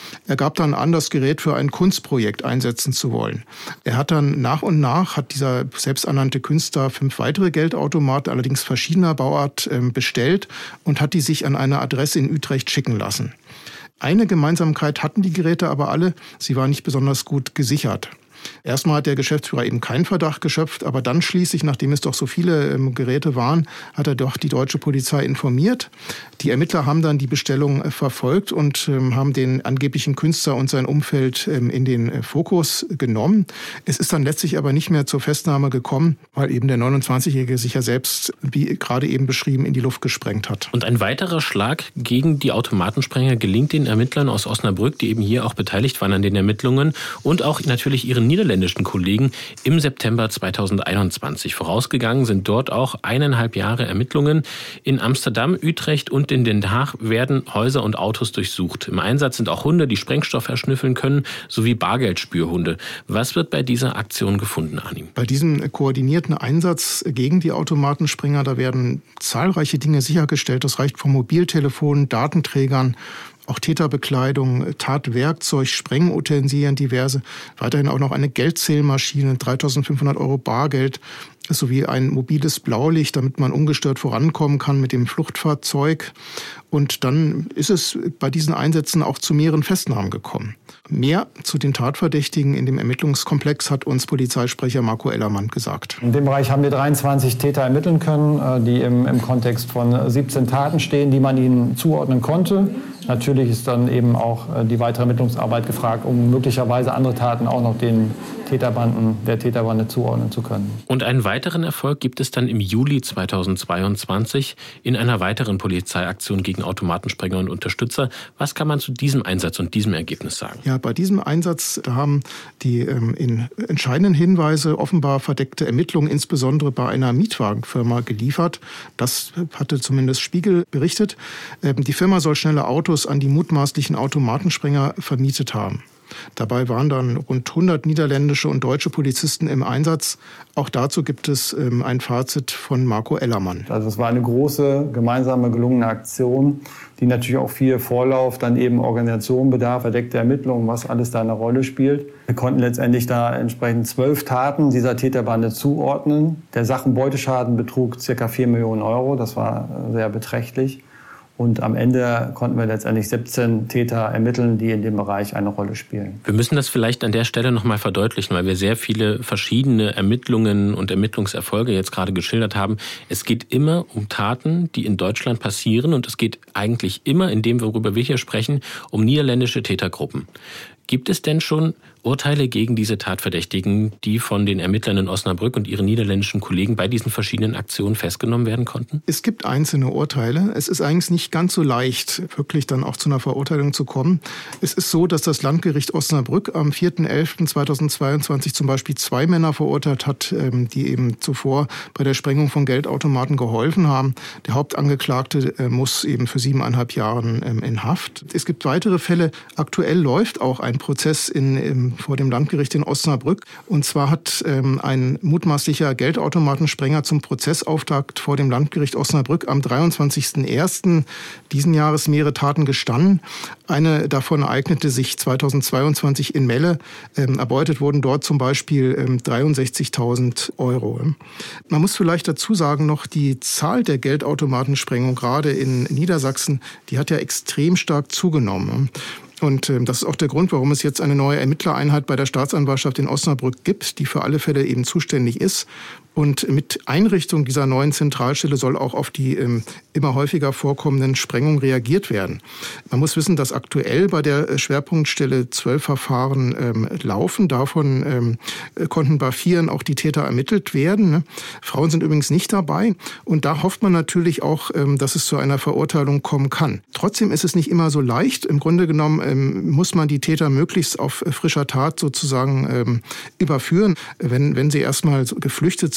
Er gab dann an, das Gerät für ein Kunstprojekt einsetzen zu wollen. Er hat dann nach und nach, hat dieser selbsternannte Künstler fünf weitere Geldautomaten, allerdings verschiedener Bauart, bestellt und hat die sich an eine Adresse in Utrecht schicken lassen. Eine Gemeinsamkeit hatten die Geräte aber alle, sie waren nicht besonders gut gesichert. Erstmal hat der Geschäftsführer eben keinen Verdacht geschöpft, aber dann schließlich, nachdem es doch so viele ähm, Geräte waren, hat er doch die deutsche Polizei informiert. Die Ermittler haben dann die Bestellung äh, verfolgt und ähm, haben den angeblichen Künstler und sein Umfeld ähm, in den äh, Fokus genommen. Es ist dann letztlich aber nicht mehr zur Festnahme gekommen, weil eben der neunundzwanzigjährige sich ja selbst, wie gerade eben beschrieben, in die Luft gesprengt hat. Und ein weiterer Schlag gegen die Automatensprenger gelingt den Ermittlern aus Osnabrück, die eben hier auch beteiligt waren an den Ermittlungen und auch natürlich ihren niederländischen Kollegen im September zweitausendeinundzwanzig. Vorausgegangen sind dort auch eineinhalb Jahre Ermittlungen. In Amsterdam, Utrecht und in Den Haag werden Häuser und Autos durchsucht. Im Einsatz sind auch Hunde, die Sprengstoff erschnüffeln können, sowie Bargeldspürhunde. Was wird bei dieser Aktion gefunden, Arnim? Bei diesem koordinierten Einsatz gegen die Automatensprenger, da werden zahlreiche Dinge sichergestellt. Das reicht von Mobiltelefonen, Datenträgern, auch Täterbekleidung, Tatwerkzeug, Sprengutensilien diverse. Weiterhin auch noch eine Geldzählmaschine, dreitausendfünfhundert Euro Bargeld sowie ein mobiles Blaulicht, damit man ungestört vorankommen kann mit dem Fluchtfahrzeug. Und dann ist es bei diesen Einsätzen auch zu mehreren Festnahmen gekommen. Mehr zu den Tatverdächtigen in dem Ermittlungskomplex hat uns Polizeisprecher Marco Ellermann gesagt. In dem Bereich haben wir dreiundzwanzig Täter ermitteln können, die im, im Kontext von siebzehn Taten stehen, die man ihnen zuordnen konnte. Natürlich ist dann eben auch die weitere Ermittlungsarbeit gefragt, um möglicherweise andere Taten auch noch den Täterbanden, der Täterbande zuordnen zu können. Und einen weiteren Erfolg gibt es dann im Juli zweitausendzweiundzwanzig in einer weiteren Polizeiaktion gegen Automatensprenger und Unterstützer. Was kann man zu diesem Einsatz und diesem Ergebnis sagen? Ja, bei diesem Einsatz da haben die ähm, in entscheidenden Hinweise offenbar verdeckte Ermittlungen insbesondere bei einer Mietwagenfirma geliefert. Das hatte zumindest Spiegel berichtet. Ähm, die Firma soll schnelle Autos an die mutmaßlichen Automatensprenger vermietet haben. Dabei waren dann rund hundert niederländische und deutsche Polizisten im Einsatz. Auch dazu gibt es ähm, ein Fazit von Marco Ellermann. Also es war eine große, gemeinsame, gelungene Aktion, die natürlich auch viel Vorlauf, dann eben Organisation bedarf, verdeckte Ermittlungen, was alles da eine Rolle spielt. Wir konnten letztendlich da entsprechend zwölf Taten dieser Täterbande zuordnen. Der Sachenbeuteschaden betrug ca. vier Millionen Euro, das war sehr beträchtlich. Und am Ende konnten wir letztendlich siebzehn Täter ermitteln, die in dem Bereich eine Rolle spielen. Wir müssen das vielleicht an der Stelle noch mal verdeutlichen, weil wir sehr viele verschiedene Ermittlungen und Ermittlungserfolge jetzt gerade geschildert haben. Es geht immer um Taten, die in Deutschland passieren. Und es geht eigentlich immer, in dem, worüber wir hier sprechen, um niederländische Tätergruppen. Gibt es denn schon Urteile gegen diese Tatverdächtigen, die von den Ermittlern in Osnabrück und ihren niederländischen Kollegen bei diesen verschiedenen Aktionen festgenommen werden konnten? Es gibt einzelne Urteile. Es ist eigentlich nicht ganz so leicht, wirklich dann auch zu einer Verurteilung zu kommen. Es ist so, dass das Landgericht Osnabrück am vierten elften zweitausendzweiundzwanzig zum Beispiel zwei Männer verurteilt hat, die eben zuvor bei der Sprengung von Geldautomaten geholfen haben. Der Hauptangeklagte muss eben für siebeneinhalb Jahre in Haft. Es gibt weitere Fälle. Aktuell läuft auch ein Prozess in, im, vor dem Landgericht in Osnabrück. Und zwar hat ähm, ein mutmaßlicher Geldautomatensprenger zum Prozessauftakt vor dem Landgericht Osnabrück am dreiundzwanzigsten ersten diesen Jahres mehrere Taten gestanden. Eine davon ereignete sich zweitausendzweiundzwanzig in Melle. Ähm, erbeutet wurden dort zum Beispiel ähm, dreiundsechzigtausend Euro. Man muss vielleicht dazu sagen, noch die Zahl der Geldautomatensprengung gerade in Niedersachsen, die hat ja extrem stark zugenommen. Und äh, das ist auch der Grund, warum es jetzt eine neue Ermittlereinheit bei der Staatsanwaltschaft in Osnabrück gibt, die für alle Fälle eben zuständig ist. Und mit Einrichtung dieser neuen Zentralstelle soll auch auf die ähm, immer häufiger vorkommenden Sprengungen reagiert werden. Man muss wissen, dass aktuell bei der Schwerpunktstelle zwölf Verfahren ähm, laufen. Davon ähm, konnten bei vieren auch die Täter ermittelt werden. Ne? Frauen sind übrigens nicht dabei. Und da hofft man natürlich auch, ähm, dass es zu einer Verurteilung kommen kann. Trotzdem ist es nicht immer so leicht. Im Grunde genommen ähm, muss man die Täter möglichst auf frischer Tat sozusagen ähm, überführen. Wenn, wenn sie erstmal geflüchtet sind,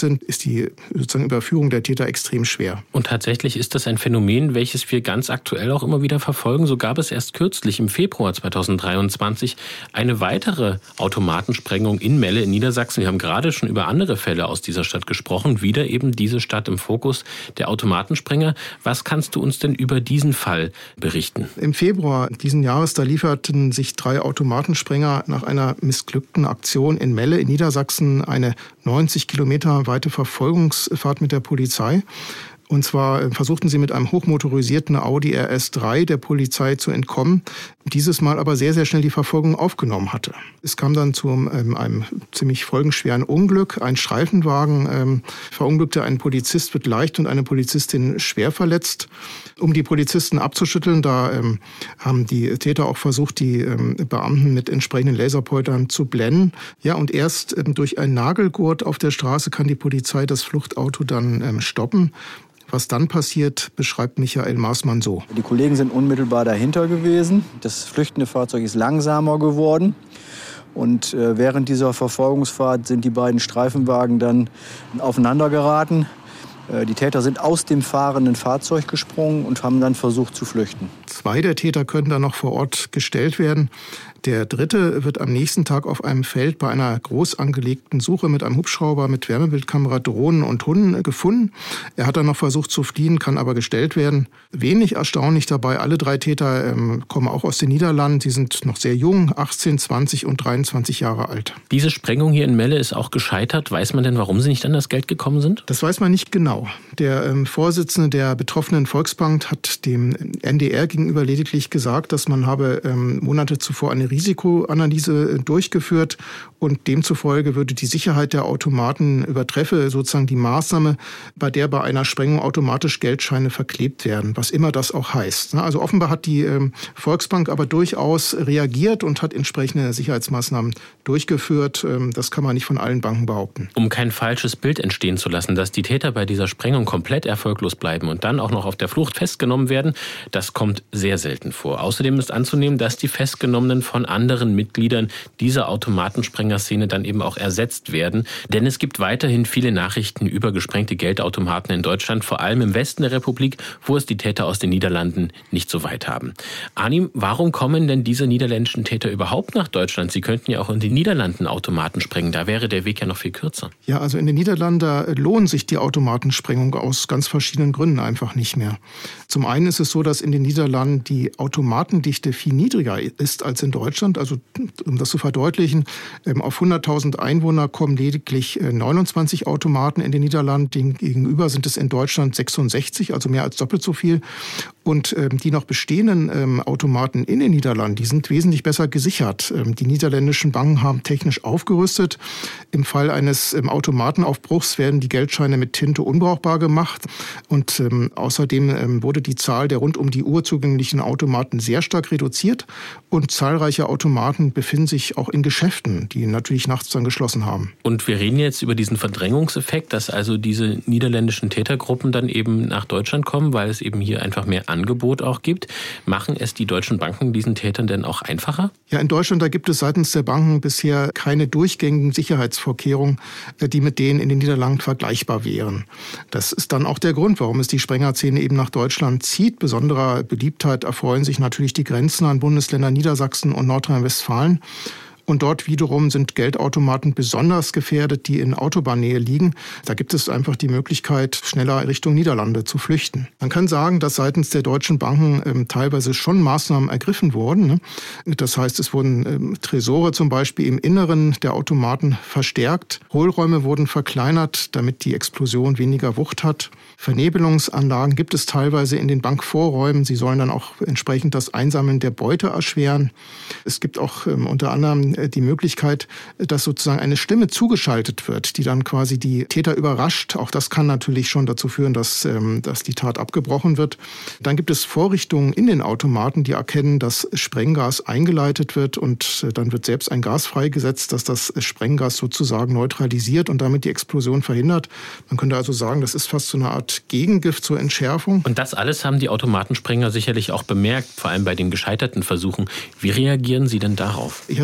sind, ist die sozusagen Überführung der Täter extrem schwer. Und tatsächlich ist das ein Phänomen, welches wir ganz aktuell auch immer wieder verfolgen. So gab es erst kürzlich im Februar zweitausenddreiundzwanzig eine weitere Automatensprengung in Melle in Niedersachsen. Wir haben gerade schon über andere Fälle aus dieser Stadt gesprochen. Wieder eben diese Stadt im Fokus der Automatensprenger. Was kannst du uns denn über diesen Fall berichten? Im Februar diesen Jahres, da lieferten sich drei Automatensprenger nach einer missglückten Aktion in Melle in Niedersachsen eine neunzig Kilometer weite Verfolgungsfahrt mit der Polizei. Und zwar versuchten sie mit einem hochmotorisierten Audi R S drei der Polizei zu entkommen, dieses Mal aber sehr, sehr schnell die Verfolgung aufgenommen hatte. Es kam dann zu ähm, einem ziemlich folgenschweren Unglück. Ein Streifenwagen ähm, verunglückte, ein Polizist wird leicht und eine Polizistin schwer verletzt. Um die Polizisten abzuschütteln, da ähm, haben die Täter auch versucht, die ähm, Beamten mit entsprechenden Laserpointern zu blenden. Ja, und erst ähm, durch einen Nagelgurt auf der Straße kann die Polizei das Fluchtauto dann ähm, stoppen. Was dann passiert, beschreibt Michael Maßmann so. Die Kollegen sind unmittelbar dahinter gewesen. Das flüchtende Fahrzeug ist langsamer geworden. Und äh, während dieser Verfolgungsfahrt sind die beiden Streifenwagen dann aufeinander geraten. Äh, die Täter sind aus dem fahrenden Fahrzeug gesprungen und haben dann versucht zu flüchten. Zwei der Täter können dann noch vor Ort gestellt werden. Der dritte wird am nächsten Tag auf einem Feld bei einer groß angelegten Suche mit einem Hubschrauber, mit Wärmebildkamera, Drohnen und Hunden gefunden. Er hat dann noch versucht zu fliehen, kann aber gestellt werden. Wenig erstaunlich dabei, alle drei Täter ähm, kommen auch aus den Niederlanden. Sie sind noch sehr jung, achtzehn, zwanzig und dreiundzwanzig Jahre alt. Diese Sprengung hier in Melle ist auch gescheitert. Weiß man denn, warum sie nicht an das Geld gekommen sind? Das weiß man nicht genau. Der ähm, Vorsitzende der betroffenen Volksbank hat dem N D R gegenüber lediglich gesagt, dass man habe ähm, Monate zuvor eine Risikoanalyse durchgeführt und demzufolge würde die Sicherheit der Automaten übertreffe sozusagen die Maßnahme, bei der bei einer Sprengung automatisch Geldscheine verklebt werden, was immer das auch heißt. Also offenbar hat die Volksbank aber durchaus reagiert und hat entsprechende Sicherheitsmaßnahmen durchgeführt. Das kann man nicht von allen Banken behaupten. Um kein falsches Bild entstehen zu lassen, dass die Täter bei dieser Sprengung komplett erfolglos bleiben und dann auch noch auf der Flucht festgenommen werden, das kommt sehr selten vor. Außerdem ist anzunehmen, dass die Festgenommenen von anderen Mitgliedern dieser Automatensprenger-Szene dann eben auch ersetzt werden. Denn es gibt weiterhin viele Nachrichten über gesprengte Geldautomaten in Deutschland, vor allem im Westen der Republik, wo es die Täter aus den Niederlanden nicht so weit haben. Arnim, warum kommen denn diese niederländischen Täter überhaupt nach Deutschland? Sie könnten ja auch in den Niederlanden Automaten sprengen. Da wäre der Weg ja noch viel kürzer. Ja, also in den Niederlanden lohnt sich die Automatensprengung aus ganz verschiedenen Gründen einfach nicht mehr. Zum einen ist es so, dass in den Niederlanden die Automatendichte viel niedriger ist als in Deutschland. Also um das zu verdeutlichen, auf hunderttausend Einwohner kommen lediglich neunundzwanzig Automaten in den Niederlanden. Gegenüber sind es in Deutschland sechsundsechzig, also mehr als doppelt so viel. Und die noch bestehenden Automaten in den Niederlanden, die sind wesentlich besser gesichert. Die niederländischen Banken haben technisch aufgerüstet. Im Fall eines Automatenaufbruchs werden die Geldscheine mit Tinte unbrauchbar gemacht. Und außerdem wurde die Zahl der rund um die Uhr zugänglichen Automaten sehr stark reduziert. Und zahlreiche Automaten befinden sich auch in Geschäften, die natürlich nachts dann geschlossen haben. Und wir reden jetzt über diesen Verdrängungseffekt, dass also diese niederländischen Tätergruppen dann eben nach Deutschland kommen, weil es eben hier einfach mehr Angebot auch gibt. Machen es die deutschen Banken diesen Tätern denn auch einfacher? Ja, in Deutschland, da gibt es seitens der Banken bisher keine durchgängigen Sicherheitsvorkehrungen, die mit denen in den Niederlanden vergleichbar wären. Das ist dann auch der Grund, warum es die Sprengerszene eben nach Deutschland zieht. Besonderer Beliebtheit erfreuen sich natürlich die grenznahen Bundesländer Niedersachsen und Nordrhein-Westfalen. Und dort wiederum sind Geldautomaten besonders gefährdet, die in Autobahnnähe liegen. Da gibt es einfach die Möglichkeit, schneller Richtung Niederlande zu flüchten. Man kann sagen, dass seitens der deutschen Banken ähm, teilweise schon Maßnahmen ergriffen wurden. Ne? Das heißt, es wurden ähm, Tresore zum Beispiel im Inneren der Automaten verstärkt. Hohlräume wurden verkleinert, damit die Explosion weniger Wucht hat. Vernebelungsanlagen gibt es teilweise in den Bankvorräumen. Sie sollen dann auch entsprechend das Einsammeln der Beute erschweren. Es gibt auch ähm, unter anderem die Möglichkeit, dass sozusagen eine Stimme zugeschaltet wird, die dann quasi die Täter überrascht. Auch das kann natürlich schon dazu führen, dass, ähm, dass die Tat abgebrochen wird. Dann gibt es Vorrichtungen in den Automaten, die erkennen, dass Sprenggas eingeleitet wird und äh, dann wird selbst ein Gas freigesetzt, das das Sprenggas sozusagen neutralisiert und damit die Explosion verhindert. Man könnte also sagen, das ist fast so eine Art Gegengift zur Entschärfung. Und das alles haben die Automatensprenger sicherlich auch bemerkt, vor allem bei den gescheiterten Versuchen. Wie reagieren Sie denn darauf? Ich hatte schon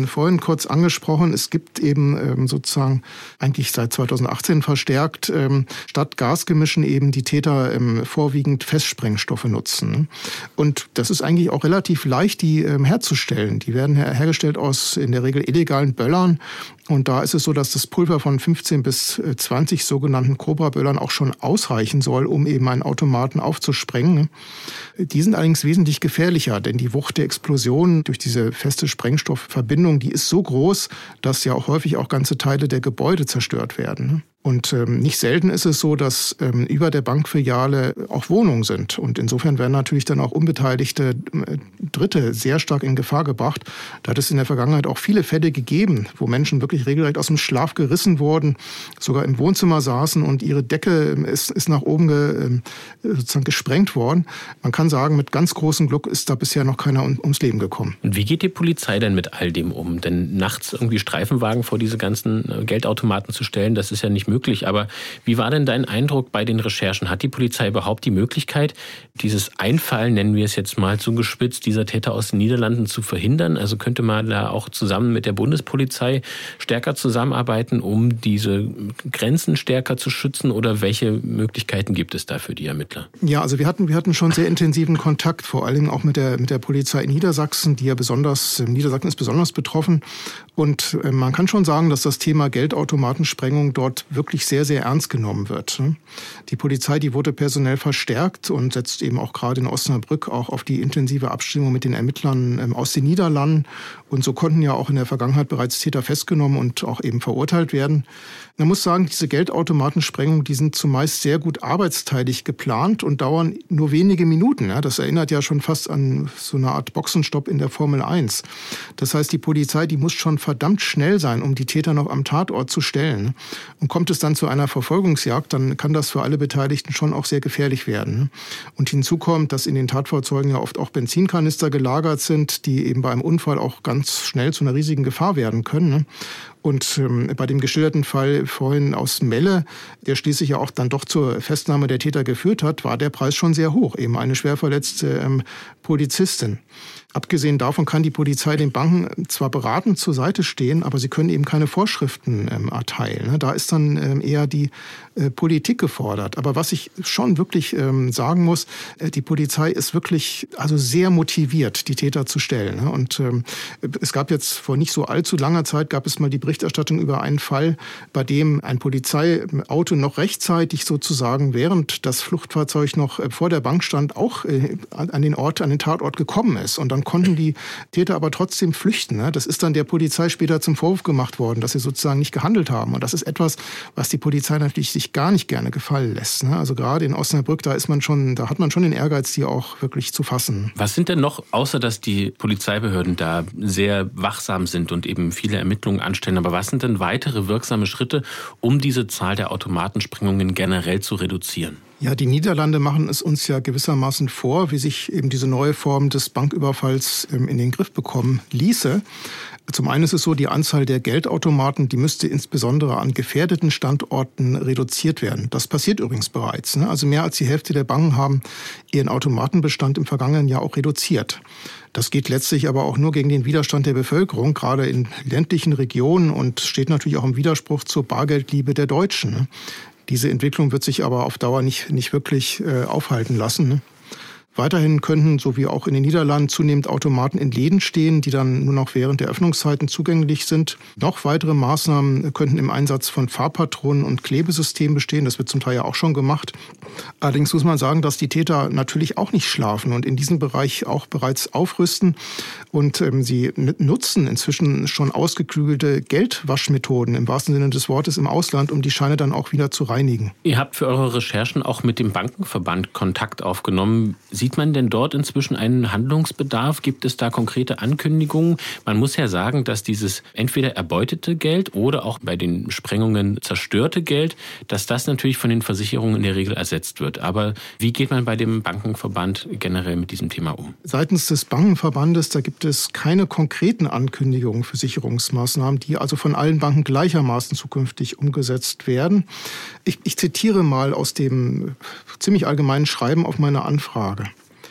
ähm, vorhin kurz angesprochen, es gibt eben ähm, sozusagen eigentlich seit zweitausendachtzehn verstärkt ähm, statt Gasgemischen eben die Täter ähm, vorwiegend Festsprengstoffe nutzen. Und das ist eigentlich auch relativ leicht, die ähm, herzustellen. Die werden her- hergestellt aus in der Regel illegalen Böllern. Und da ist es so, dass das Pulver von fünfzehn bis zwanzig sogenannten Cobra-Böllern auch schon ausreichen soll, um eben einen Automaten aufzusprengen. Die sind allerdings wesentlich gefährlicher, denn die Wucht der Explosion durch diese feste Sprengstoffverbindung, die ist so groß, dass ja auch häufig auch ganze Teile der Gebäude zerstört werden. Und ähm, nicht selten ist es so, dass ähm, über der Bankfiliale auch Wohnungen sind. Und insofern werden natürlich dann auch unbeteiligte äh, Dritte sehr stark in Gefahr gebracht. Da hat es in der Vergangenheit auch viele Fälle gegeben, wo Menschen wirklich regelrecht aus dem Schlaf gerissen wurden, sogar im Wohnzimmer saßen und ihre Decke ist, ist nach oben ge, äh, sozusagen gesprengt worden. Man kann sagen, mit ganz großem Glück ist da bisher noch keiner um, ums Leben gekommen. Und wie geht die Polizei denn mit all dem um? Denn nachts irgendwie Streifenwagen vor diese ganzen Geldautomaten zu stellen, das ist ja nicht möglich. Aber wie war denn dein Eindruck bei den Recherchen? Hat die Polizei überhaupt die Möglichkeit, dieses Einfallen, nennen wir es jetzt mal zugespitzt, dieser Täter aus den Niederlanden zu verhindern? Also könnte man da auch zusammen mit der Bundespolizei stärker zusammenarbeiten, um diese Grenzen stärker zu schützen? Oder welche Möglichkeiten gibt es da für die Ermittler? Ja, also wir hatten, wir hatten schon sehr intensiven Kontakt, vor allem auch mit der, mit der Polizei in Niedersachsen, die ja besonders, Niedersachsen ist besonders betroffen. Und man kann schon sagen, dass das Thema Geldautomatensprengung dort wirklich wirklich sehr, sehr ernst genommen wird. Die Polizei, die wurde personell verstärkt und setzt eben auch gerade in Osnabrück auch auf die intensive Abstimmung mit den Ermittlern aus den Niederlanden. Und so konnten ja auch in der Vergangenheit bereits Täter festgenommen und auch eben verurteilt werden. Man muss sagen, diese Geldautomatensprengungen, die sind zumeist sehr gut arbeitsteilig geplant und dauern nur wenige Minuten. Das erinnert ja schon fast an so eine Art Boxenstopp in der Formel eins. Das heißt, die Polizei, die muss schon verdammt schnell sein, um die Täter noch am Tatort zu stellen. Und kommt es dann zu einer Verfolgungsjagd, dann kann das für alle Beteiligten schon auch sehr gefährlich werden. Und hinzu kommt, dass in den Tatfahrzeugen ja oft auch Benzinkanister gelagert sind, die eben bei einem Unfall auch ganz schnell zu einer riesigen Gefahr werden können. Und ähm, bei dem geschilderten Fall vorhin aus Melle, der schließlich ja auch dann doch zur Festnahme der Täter geführt hat, war der Preis schon sehr hoch, eben eine schwer verletzte ähm, Polizistin. Abgesehen davon kann die Polizei den Banken zwar beratend zur Seite stehen, aber sie können eben keine Vorschriften ähm, erteilen. Da ist dann ähm, eher die äh, Politik gefordert. Aber was ich schon wirklich ähm, sagen muss, äh, die Polizei ist wirklich also sehr motiviert, die Täter zu stellen. Ne? Und ähm, es gab jetzt vor nicht so allzu langer Zeit, gab es mal die Berichterstattung über einen Fall, bei dem ein Polizeiauto noch rechtzeitig sozusagen, während das Fluchtfahrzeug noch äh, vor der Bank stand, auch äh, an den Ort, an den Tatort gekommen ist. Und dann konnten die Täter aber trotzdem flüchten. Das ist dann der Polizei später zum Vorwurf gemacht worden, dass sie sozusagen nicht gehandelt haben. Und das ist etwas, was die Polizei natürlich sich gar nicht gerne gefallen lässt. Also gerade in Osnabrück, da ist man schon, da hat man schon den Ehrgeiz, die auch wirklich zu fassen. Was sind denn noch, außer dass die Polizeibehörden da sehr wachsam sind und eben viele Ermittlungen anstellen, aber was sind denn weitere wirksame Schritte, um diese Zahl der Automatensprengungen generell zu reduzieren? Ja, die Niederlande machen es uns ja gewissermaßen vor, wie sich eben diese neue Form des Banküberfalls in den Griff bekommen ließe. Zum einen ist es so, die Anzahl der Geldautomaten, die müsste insbesondere an gefährdeten Standorten reduziert werden. Das passiert übrigens bereits. Also mehr als die Hälfte der Banken haben ihren Automatenbestand im vergangenen Jahr auch reduziert. Das geht letztlich aber auch nur gegen den Widerstand der Bevölkerung, gerade in ländlichen Regionen, und steht natürlich auch im Widerspruch zur Bargeldliebe der Deutschen. Diese Entwicklung wird sich aber auf Dauer nicht, nicht wirklich äh, aufhalten lassen. Ne? Weiterhin könnten, so wie auch in den Niederlanden, zunehmend Automaten in Läden stehen, die dann nur noch während der Öffnungszeiten zugänglich sind. Noch weitere Maßnahmen könnten im Einsatz von Farbpatronen und Klebesystemen bestehen. Das wird zum Teil ja auch schon gemacht. Allerdings muss man sagen, dass die Täter natürlich auch nicht schlafen und in diesem Bereich auch bereits aufrüsten. Und ähm, sie nutzen inzwischen schon ausgeklügelte Geldwaschmethoden im wahrsten Sinne des Wortes im Ausland, um die Scheine dann auch wieder zu reinigen. Ihr habt für eure Recherchen auch mit dem Bankenverband Kontakt aufgenommen. Sieht man denn dort inzwischen einen Handlungsbedarf? Gibt es da konkrete Ankündigungen? Man muss ja sagen, dass dieses entweder erbeutete Geld oder auch bei den Sprengungen zerstörte Geld, dass das natürlich von den Versicherungen in der Regel ersetzt wird. Aber wie geht man bei dem Bankenverband generell mit diesem Thema um? Seitens des Bankenverbandes, da gibt es keine konkreten Ankündigungen für Sicherungsmaßnahmen, die also von allen Banken gleichermaßen zukünftig umgesetzt werden. Ich, ich zitiere mal aus dem ziemlich allgemeinen Schreiben auf meine Anfrage.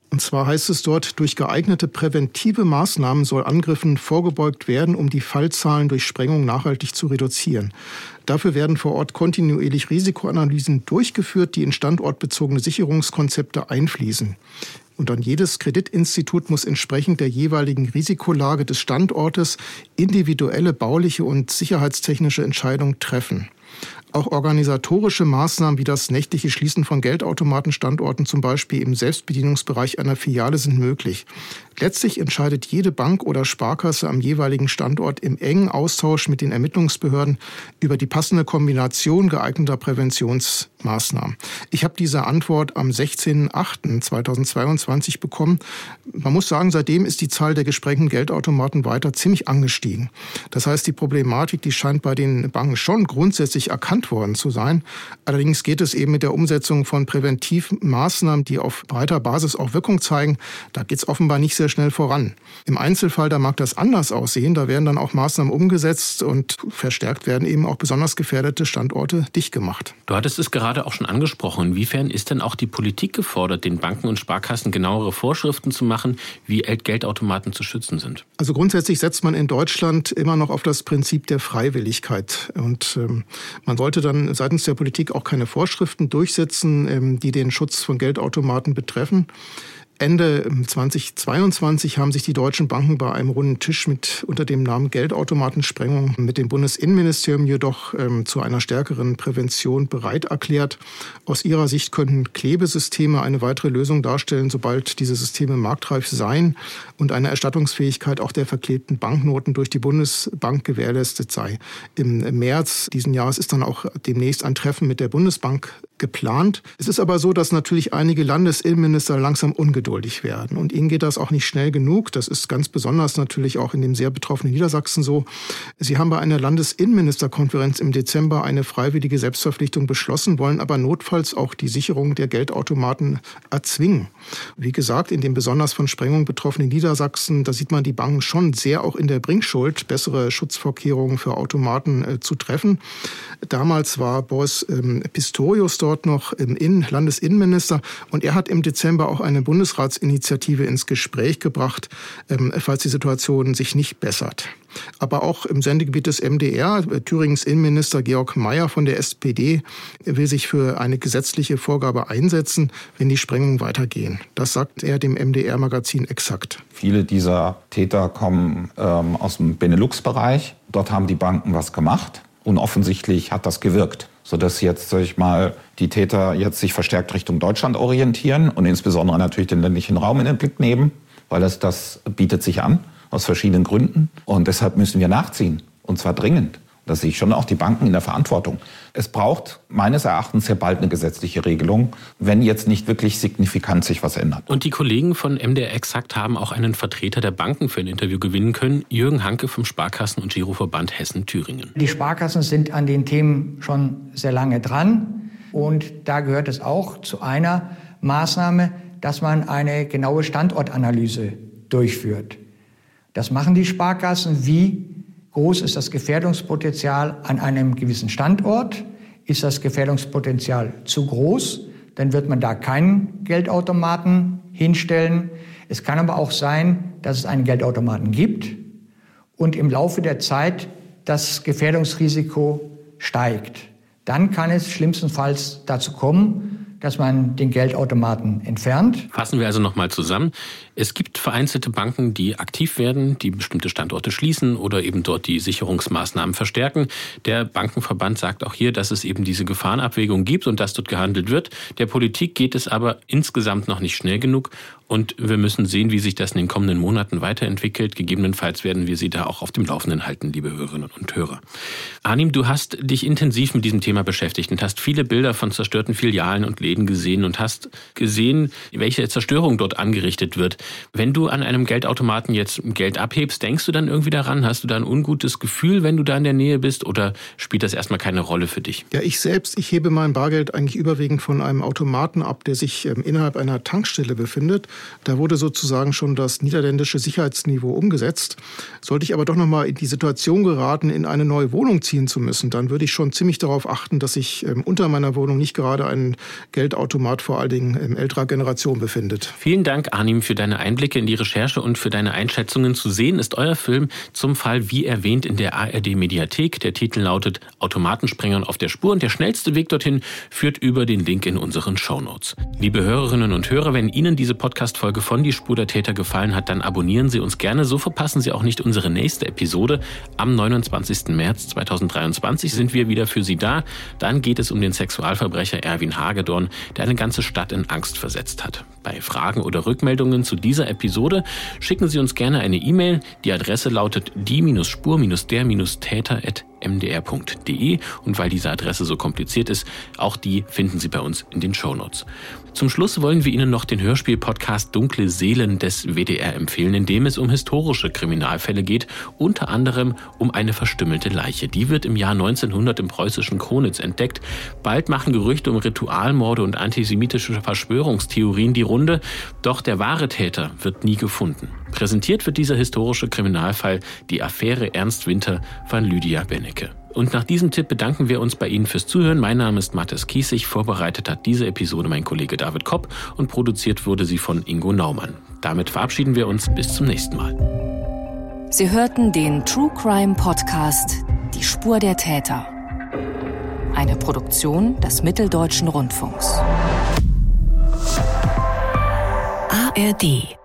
Und zwar heißt es dort, durch geeignete präventive Maßnahmen soll Angriffen vorgebeugt werden, um die Fallzahlen durch Sprengung nachhaltig zu reduzieren. Dafür werden vor Ort kontinuierlich Risikoanalysen durchgeführt, die in standortbezogene Sicherungskonzepte einfließen. Und dann jedes Kreditinstitut muss entsprechend der jeweiligen Risikolage des Standortes individuelle bauliche und sicherheitstechnische Entscheidungen treffen. Auch organisatorische Maßnahmen wie das nächtliche Schließen von Geldautomatenstandorten zum Beispiel im Selbstbedienungsbereich einer Filiale sind möglich. Letztlich entscheidet jede Bank oder Sparkasse am jeweiligen Standort im engen Austausch mit den Ermittlungsbehörden über die passende Kombination geeigneter Präventionsmaßnahmen. Ich habe diese Antwort am sechzehnten achten zweitausendzweiundzwanzig bekommen. Man muss sagen, seitdem ist die Zahl der gesprengten Geldautomaten weiter ziemlich angestiegen. Das heißt, die Problematik, die scheint bei den Banken schon grundsätzlich erkannt worden zu sein. Allerdings geht es eben mit der Umsetzung von Präventivmaßnahmen, die auf breiter Basis auch Wirkung zeigen, da geht es offenbar nicht sehr schnell voran. Im Einzelfall, da mag das anders aussehen, da werden dann auch Maßnahmen umgesetzt und verstärkt werden eben auch besonders gefährdete Standorte dicht gemacht. Du hattest es gerade auch schon angesprochen. Inwiefern ist denn auch die Politik gefordert, den Banken und Sparkassen genauere Vorschriften zu machen, wie Geldautomaten zu schützen sind? Also grundsätzlich setzt man in Deutschland immer noch auf das Prinzip der Freiwilligkeit. Und ähm, man sollte dann seitens der Politik auch keine Vorschriften durchsetzen, ähm, die den Schutz von Geldautomaten betreffen. Ende zweitausendzweiundzwanzig haben sich die deutschen Banken bei einem runden Tisch mit unter dem Namen Geldautomatensprengung mit dem Bundesinnenministerium jedoch ähm, zu einer stärkeren Prävention bereit erklärt. Aus ihrer Sicht könnten Klebesysteme eine weitere Lösung darstellen, sobald diese Systeme marktreif seien und eine Erstattungsfähigkeit auch der verklebten Banknoten durch die Bundesbank gewährleistet sei. Im März diesen Jahres ist dann auch demnächst ein Treffen mit der Bundesbank geplant. Es ist aber so, dass natürlich einige Landesinnenminister langsam ungeduldig werden. Und ihnen geht das auch nicht schnell genug. Das ist ganz besonders natürlich auch in dem sehr betroffenen Niedersachsen so. Sie haben bei einer Landesinnenministerkonferenz im Dezember eine freiwillige Selbstverpflichtung beschlossen, wollen aber notfalls auch die Sicherung der Geldautomaten erzwingen. Wie gesagt, in dem besonders von Sprengung betroffenen Niedersachsen, da sieht man die Banken schon sehr auch in der Bringschuld, bessere Schutzvorkehrungen für Automaten äh, zu treffen. Damals war Boris ähm, Pistorius dort noch im Innen- Landesinnenminister und er hat im Dezember auch eine Bundesratsinitiative ins Gespräch gebracht, ähm, falls die Situation sich nicht bessert. Aber auch im Sendegebiet des M D R, Thüringens Innenminister Georg Mayer von der S P D will sich für eine gesetzliche Vorgabe einsetzen, wenn die Sprengungen weitergehen. Das sagt er dem M D R-Magazin Exakt. Viele dieser Täter kommen ähm, aus dem Benelux-Bereich. Dort haben die Banken was gemacht und offensichtlich hat das gewirkt, sodass jetzt, sag ich mal, die Täter jetzt sich verstärkt Richtung Deutschland orientieren und insbesondere natürlich den ländlichen Raum in den Blick nehmen, weil es das bietet sich an. Aus verschiedenen Gründen. Und deshalb müssen wir nachziehen. Und zwar dringend. Da sehe ich schon auch die Banken in der Verantwortung. Es braucht meines Erachtens sehr bald eine gesetzliche Regelung, wenn jetzt nicht wirklich signifikant sich was ändert. Und die Kollegen von M D R Exakt haben auch einen Vertreter der Banken für ein Interview gewinnen können. Jürgen Hanke vom Sparkassen- und Giroverband Hessen-Thüringen. Die Sparkassen sind an den Themen schon sehr lange dran. Und da gehört es auch zu einer Maßnahme, dass man eine genaue Standortanalyse durchführt. Das machen die Sparkassen. Wie groß ist das Gefährdungspotenzial an einem gewissen Standort? Ist das Gefährdungspotenzial zu groß? Dann wird man da keinen Geldautomaten hinstellen. Es kann aber auch sein, dass es einen Geldautomaten gibt und im Laufe der Zeit das Gefährdungsrisiko steigt. Dann kann es schlimmstenfalls dazu kommen, dass man den Geldautomaten entfernt. Fassen wir also nochmal zusammen. Es gibt vereinzelte Banken, die aktiv werden, die bestimmte Standorte schließen oder eben dort die Sicherungsmaßnahmen verstärken. Der Bankenverband sagt auch hier, dass es eben diese Gefahrenabwägung gibt und dass dort gehandelt wird. Der Politik geht es aber insgesamt noch nicht schnell genug. Und wir müssen sehen, wie sich das in den kommenden Monaten weiterentwickelt. Gegebenenfalls werden wir Sie da auch auf dem Laufenden halten, liebe Hörerinnen und Hörer. Arnim, du hast dich intensiv mit diesem Thema beschäftigt und hast viele Bilder von zerstörten Filialen und Läden gesehen und hast gesehen, welche Zerstörung dort angerichtet wird. Wenn du an einem Geldautomaten jetzt Geld abhebst, denkst du dann irgendwie daran? Hast du da ein ungutes Gefühl, wenn du da in der Nähe bist? Oder spielt das erstmal keine Rolle für dich? Ja, ich selbst, ich hebe mein Bargeld eigentlich überwiegend von einem Automaten ab, der sich ähm, innerhalb einer Tankstelle befindet. Da wurde sozusagen schon das niederländische Sicherheitsniveau umgesetzt. Sollte ich aber doch noch mal in die Situation geraten, in eine neue Wohnung ziehen zu müssen, dann würde ich schon ziemlich darauf achten, dass ich ähm, unter meiner Wohnung nicht gerade einen Geldautomat vor allen Dingen in älterer Generation befindet. Vielen Dank, Arnim, für deine Einblicke in die Recherche und für deine Einschätzungen. Zu sehen ist euer Film zum Fall wie erwähnt in der A R D-Mediathek. Der Titel lautet Automatensprengern auf der Spur und der schnellste Weg dorthin führt über den Link in unseren Shownotes. Liebe Hörerinnen und Hörer, wenn Ihnen diese Podcast-Folge von Die Spur der Täter gefallen hat, dann abonnieren Sie uns gerne. So verpassen Sie auch nicht unsere nächste Episode. Am neunundzwanzigsten März zweitausenddreiundzwanzig sind wir wieder für Sie da. Dann geht es um den Sexualverbrecher Erwin Hagedorn, der eine ganze Stadt in Angst versetzt hat. Bei Fragen oder Rückmeldungen zu dieser Episode schicken Sie uns gerne eine E-Mail. Die Adresse lautet die-spur-der-täter at m d r punkt d e und weil diese Adresse so kompliziert ist, auch die finden Sie bei uns in den Shownotes. Zum Schluss wollen wir Ihnen noch den Hörspiel-Podcast Dunkle Seelen des W D R empfehlen, in dem es um historische Kriminalfälle geht, unter anderem um eine verstümmelte Leiche. Die wird im Jahr neunzehnhundert im preußischen Kronitz entdeckt. Bald machen Gerüchte um Ritualmorde und antisemitische Verschwörungstheorien die Runde, doch der wahre Täter wird nie gefunden. Präsentiert wird dieser historische Kriminalfall Die Affäre Ernst Winter von Lydia Bennecke. Und nach diesem Tipp bedanken wir uns bei Ihnen fürs Zuhören. Mein Name ist Mathis Kiesig. Vorbereitet hat diese Episode mein Kollege David Kopp und produziert wurde sie von Ingo Naumann. Damit verabschieden wir uns. Bis zum nächsten Mal. Sie hörten den True Crime Podcast Die Spur der Täter. Eine Produktion des Mitteldeutschen Rundfunks. A R D